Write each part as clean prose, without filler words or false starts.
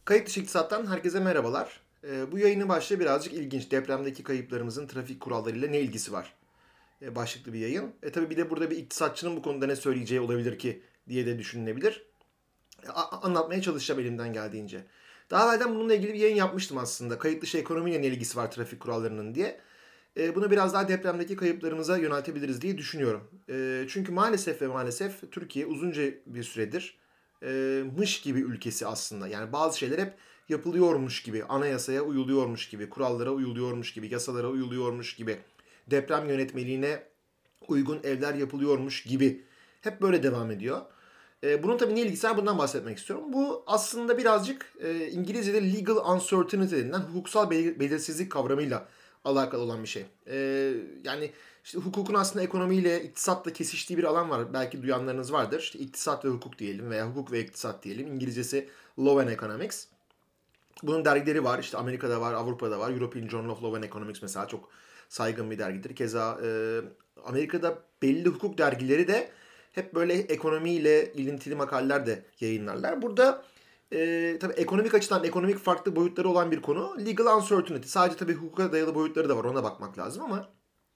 Kayıt dışı iktisattan herkese merhabalar. Bu yayının başlığı birazcık ilginç. Depremdeki kayıplarımızın trafik kurallarıyla ne ilgisi var? Başlıklı bir yayın. Tabii bir de burada bir iktisatçının bu konuda ne söyleyeceği olabilir ki diye de düşünülebilir. Anlatmaya çalışacağım elimden geldiğince. Daha evvelden bununla ilgili bir yayın yapmıştım aslında. Kayıt dışı ekonomiyle ne ilgisi var trafik kurallarının diye. Bunu biraz daha depremdeki kayıplarımıza yöneltebiliriz diye düşünüyorum. Çünkü maalesef ve maalesef Türkiye uzunca bir süredir mış gibi ülkesi aslında. Yani bazı şeyler hep yapılıyormuş gibi, anayasaya uyuluyormuş gibi, kurallara uyuluyormuş gibi, yasalara uyuluyormuş gibi, deprem yönetmeliğine uygun evler yapılıyormuş gibi hep böyle devam ediyor. Bunun tabii ne ilgisi var bundan bahsetmek istiyorum. Bu aslında birazcık İngilizce'de legal uncertainty denilen hukuksal belirsizlik kavramıyla alakalı olan bir şey. Yani işte hukukun aslında ekonomiyle, iktisatla kesiştiği bir alan var. Belki duyanlarınız vardır. İşte iktisat ve hukuk diyelim veya hukuk ve iktisat diyelim. İngilizcesi Law and Economics. Bunun dergileri var. İşte Amerika'da var, Avrupa'da var. European Journal of Law and Economics mesela çok saygın bir dergidir. Keza Amerika'da belli hukuk dergileri de hep böyle ekonomiyle ilintili makaleler de yayınlarlar. Burada tabii ekonomik açıdan ekonomik farklı boyutları olan bir konu. Legal uncertainty. Sadece tabii hukuka dayalı boyutları da var. Ona bakmak lazım ama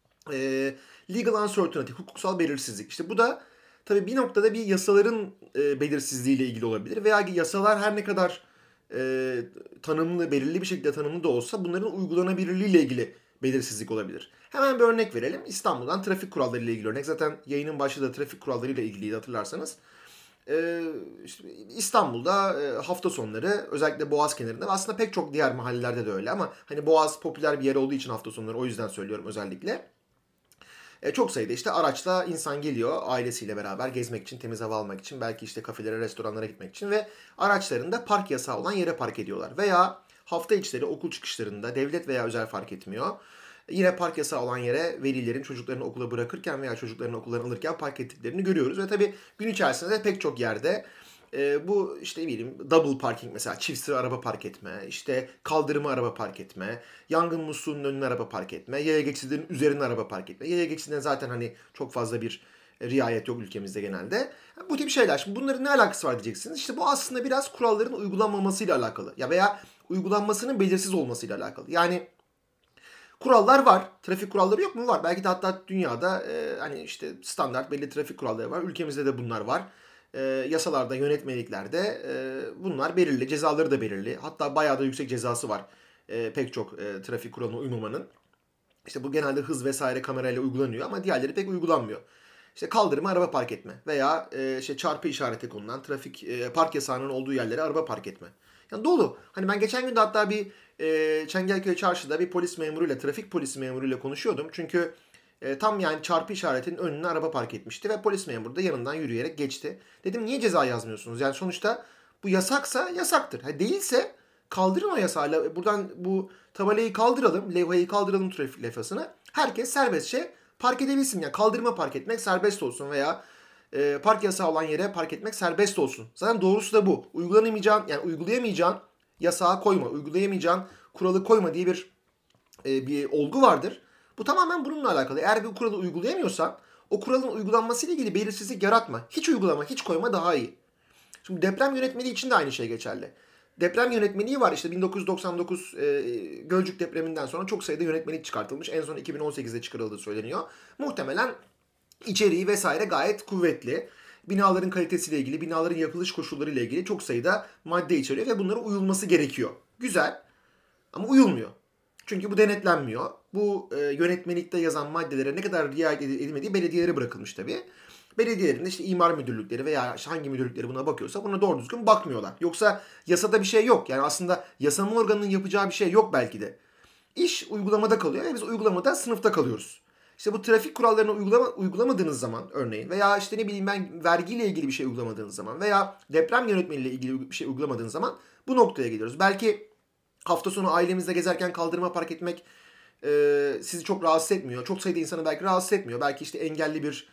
legal uncertainty, hukuksal belirsizlik. İşte bu da tabii bir noktada bir yasaların belirsizliğiyle ilgili olabilir. Veya yasalar her ne kadar tanımlı, belirli bir şekilde tanımlı da olsa bunların uygulanabilirliğiyle ilgili belirsizlik olabilir. Hemen bir örnek verelim. İstanbul'dan trafik kuralları ile ilgili örnek. Zaten yayının başlığı da trafik kuralları ile ilgiliydi hatırlarsanız. İşte İstanbul'da hafta sonları özellikle Boğaz kenarında ve aslında pek çok diğer mahallelerde de öyle ama hani Boğaz popüler bir yer olduğu için hafta sonları o yüzden söylüyorum özellikle. Çok sayıda işte araçla insan geliyor ailesiyle beraber gezmek için, temiz hava almak için, belki işte kafelere, restoranlara gitmek için ve araçlarında park yasağı olan yere park ediyorlar. Veya hafta içleri okul çıkışlarında devlet veya özel fark etmiyor. Yine park yasağı olan yere velilerin çocuklarını okula bırakırken veya çocuklarını okullarına alırken park ettiklerini görüyoruz. Ve tabii gün içerisinde de pek çok yerde bu işte ne bileyim double parking mesela çift sıra araba park etme, işte kaldırıma araba park etme, yangın musluğunun önüne araba park etme, yaya geçidinin üzerine araba park etme. Yaya geçidine zaten hani çok fazla bir riayet yok ülkemizde genelde. Bu tip şeyler. Şimdi bunların ne alakası var diyeceksiniz. İşte bu aslında biraz kuralların uygulanmamasıyla alakalı. Ya veya uygulanmasının belirsiz olmasıyla alakalı. Yani kurallar var. Trafik kuralları yok mu? Var. Belki de hatta dünyada hani işte standart belli trafik kuralları var. Ülkemizde de bunlar var. Yasalarda, yönetmeliklerde bunlar belirli. Cezaları da belirli. Hatta bayağı da yüksek cezası var. Pek çok trafik kuralına uymamanın. İşte bu genelde hız vesaire kamerayla uygulanıyor ama diğerleri pek uygulanmıyor. İşte kaldırıma araba park etme veya işte çarpı işareti konulan trafik park yasağının olduğu yerlere araba park etme. Yani dolu. Hani ben geçen gün de hatta bir Çengelköy Çarşı'da bir polis memuruyla, trafik polisi memuruyla konuşuyordum. Çünkü tam yani çarpı işaretinin önüne araba park etmişti ve polis memuru da yanından yürüyerek geçti. Dedim niye ceza yazmıyorsunuz? Yani sonuçta bu yasaksa yasaktır. Ha, değilse kaldırın o yasağı. Buradan bu tabelayı kaldıralım, levhayı kaldıralım trafik levhasını. Herkes serbestçe park edebilsin. Yani kaldırıma park etmek serbest olsun veya park yasağı olan yere park etmek serbest olsun. Zaten doğrusu da bu. Uygulanamayacağın yani uygulayamayacağın yasağı koyma, uygulayamayacağın kuralı koyma diye bir olgu vardır. Bu tamamen bununla alakalı. Eğer bir kuralı uygulayamıyorsan o kuralın uygulanmasıyla ilgili belirsizlik yaratma. Hiç uygulama, hiç koyma daha iyi. Şimdi deprem yönetmeliği için de aynı şey geçerli. Deprem yönetmeliği var işte 1999 Gölcük depreminden sonra çok sayıda yönetmelik çıkartılmış. En son 2018'de çıkarıldığı söyleniyor. Muhtemelen içeriği vesaire gayet kuvvetli. Binaların kalitesiyle ilgili, binaların yapılış koşullarıyla ilgili çok sayıda madde içeriyor ve bunlara uyulması gerekiyor. Güzel ama uyulmuyor. Çünkü bu denetlenmiyor. Bu yönetmelikte yazan maddelere ne kadar riayet edilmediği belediyelere bırakılmış tabii. Belediyelerin işte imar müdürlükleri veya hangi müdürlükleri buna bakıyorsa buna doğru düzgün bakmıyorlar. Yoksa yasada bir şey yok. Yani aslında yasama organının yapacağı bir şey yok belki de. İş uygulamada kalıyor ve biz uygulamada sınıfta kalıyoruz. İşte bu trafik kurallarını uygulamadığınız zaman örneğin veya işte ne bileyim ben vergiyle ilgili bir şey uygulamadığınız zaman veya deprem yönetmeliğiyle ilgili bir şey uygulamadığınız zaman bu noktaya geliyoruz. Belki hafta sonu ailemizle gezerken kaldırıma park etmek sizi çok rahatsız etmiyor. Çok sayıda insanı belki rahatsız etmiyor. Belki işte engelli bir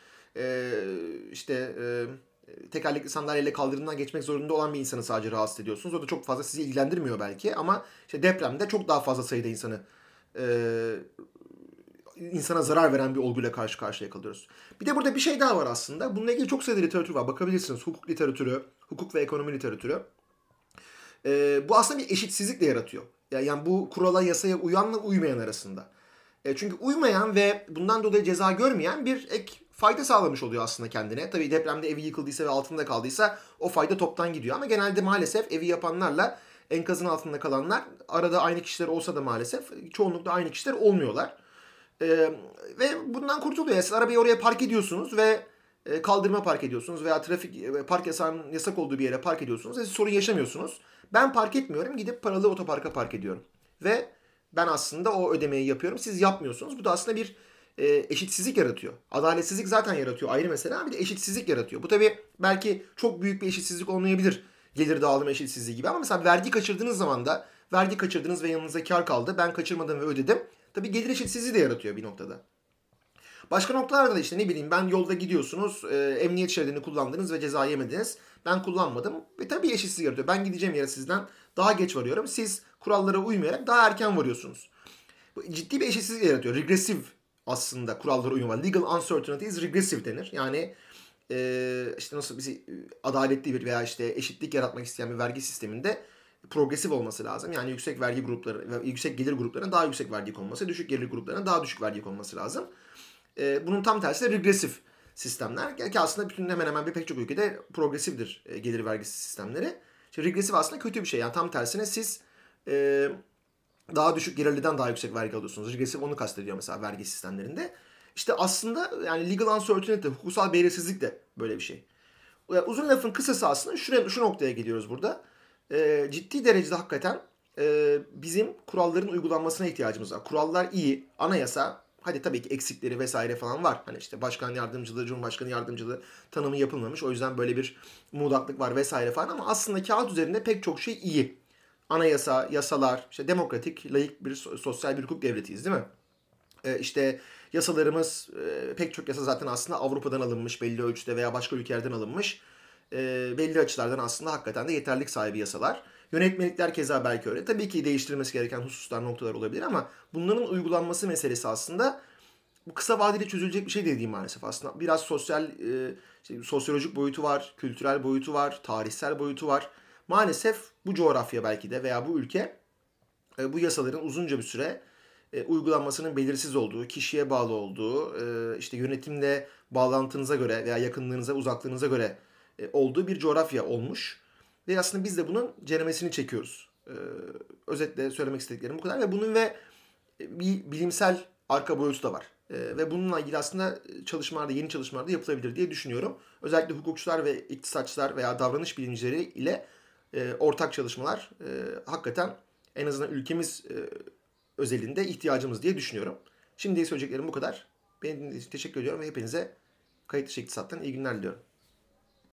işte tekerlekli sandalyeyle kaldırımdan geçmek zorunda olan bir insanı sadece rahatsız ediyorsunuz. O da çok fazla sizi ilgilendirmiyor belki ama işte depremde çok daha fazla sayıda e, insana zarar veren bir olguyla karşı karşıya kalıyoruz. Bir de burada bir şey daha var aslında. Bununla ilgili çok sayıda literatür var. Bakabilirsiniz. Hukuk literatürü, hukuk ve ekonomi literatürü. Bu aslında bir eşitsizlik de yaratıyor. Yani bu kurala, yasaya uyanla uymayan arasında. Çünkü uymayan ve bundan dolayı ceza görmeyen bir ek fayda sağlamış oluyor aslında kendine. Tabii depremde evi yıkıldıysa ve altında kaldıysa o fayda toptan gidiyor. Ama genelde maalesef evi yapanlarla enkazın altında kalanlar arada aynı kişiler olsa da maalesef çoğunlukla aynı kişiler olmuyorlar. Ve bundan kurtuluyor. Yani siz arabayı oraya park ediyorsunuz ve kaldırıma park ediyorsunuz veya trafik park yasağının yasak olduğu bir yere park ediyorsunuz ve siz sorun yaşamıyorsunuz. Ben park etmiyorum, gidip paralı otoparka park ediyorum. Ve ben aslında o ödemeyi yapıyorum. Siz yapmıyorsunuz. Bu da aslında bir eşitsizlik yaratıyor. Adaletsizlik zaten yaratıyor, ayrı mesele, ama bir de eşitsizlik yaratıyor. Bu tabii belki çok büyük bir eşitsizlik olmayabilir. Gelir dağılımı eşitsizliği gibi, ama mesela vergi kaçırdığınız zaman da vergi kaçırdınız ve yanınıza kar kaldı. Ben kaçırmadım ve ödedim. Tabii gelir eşitsizliği de yaratıyor bir noktada. Başka noktalarda da işte ne bileyim, ben yolda gidiyorsunuz, emniyet şeridini kullandınız ve ceza yemediniz. Ben kullanmadım ve tabii eşitsizlik yaratıyor. Ben gideceğim yere sizden daha geç varıyorum. Siz kurallara uymayarak daha erken varıyorsunuz. Bu ciddi bir eşitsizlik yaratıyor. Regresif aslında kurallara uyma. Legal uncertainty is regressive denir. Yani işte nasıl bir adaletli bir veya işte eşitlik yaratmak isteyen bir vergi sisteminde progresif olması lazım. Yani yüksek vergi grupları ve yüksek gelir gruplarına daha yüksek vergi konması, düşük gelir gruplarına daha düşük vergi konması lazım. Bunun tam tersi de regresif sistemler. Ki aslında bütün hemen hemen pek çok ülkede progresifdir gelir vergisi sistemleri. İşte regresif aslında kötü bir şey. Yani tam tersine siz daha düşük gelirliden daha yüksek vergi alıyorsunuz. Regresif onu kastediyor mesela vergi sistemlerinde. İşte aslında yani legal uncertainty, hukusal belirsizlik de böyle bir şey. Uzun lafın kısası aslında şu noktaya geliyoruz burada. Ciddi derecede hakikaten bizim kuralların uygulanmasına ihtiyacımız var. Kurallar iyi, anayasa, hadi tabii ki eksikleri vesaire falan var. Hani işte başkan yardımcılığı, cumhurbaşkanı yardımcılığı tanımı yapılmamış. O yüzden böyle bir muğlaklık var vesaire falan, ama aslında kağıt üzerinde pek çok şey iyi. Anayasa, yasalar, işte demokratik, layık bir sosyal bir hukuk devletiyiz, değil mi? İşte yasalarımız, pek çok yasa zaten aslında Avrupa'dan alınmış belli ölçüde veya başka ülkelerden alınmış. Belli açılardan aslında hakikaten de yeterlilik sahibi yasalar. Yönetmelikler keza belki öyle. Tabii ki değiştirilmesi gereken hususlar, noktalar olabilir, ama bunların uygulanması meselesi aslında bu kısa vadede çözülecek bir şey de değil maalesef aslında. Biraz sosyolojik boyutu var, kültürel boyutu var, tarihsel boyutu var. Maalesef bu coğrafya belki de veya bu ülke bu yasaların uzunca bir süre uygulanmasının belirsiz olduğu, kişiye bağlı olduğu, işte yönetimle bağlantınıza göre veya yakınlığınıza, uzaklığınıza göre olduğu bir coğrafya olmuş. Ve aslında biz de bunun ceremesini çekiyoruz. Özetle söylemek istediklerim bu kadar. Ve bunun bir bilimsel arka boyutu da var. Ve bununla ilgili aslında çalışmalarda, yeni çalışmalarda yapılabilir diye düşünüyorum. Özellikle hukukçular ve iktisatçılar veya davranış bilimcileri ile ortak çalışmalar hakikaten en azından ülkemiz özelinde ihtiyacımız diye düşünüyorum. Şimdi söyleyeceklerim bu kadar. Benim için teşekkür ediyorum ve hepinize kayıt dışı iktisattan iyi günler diliyorum.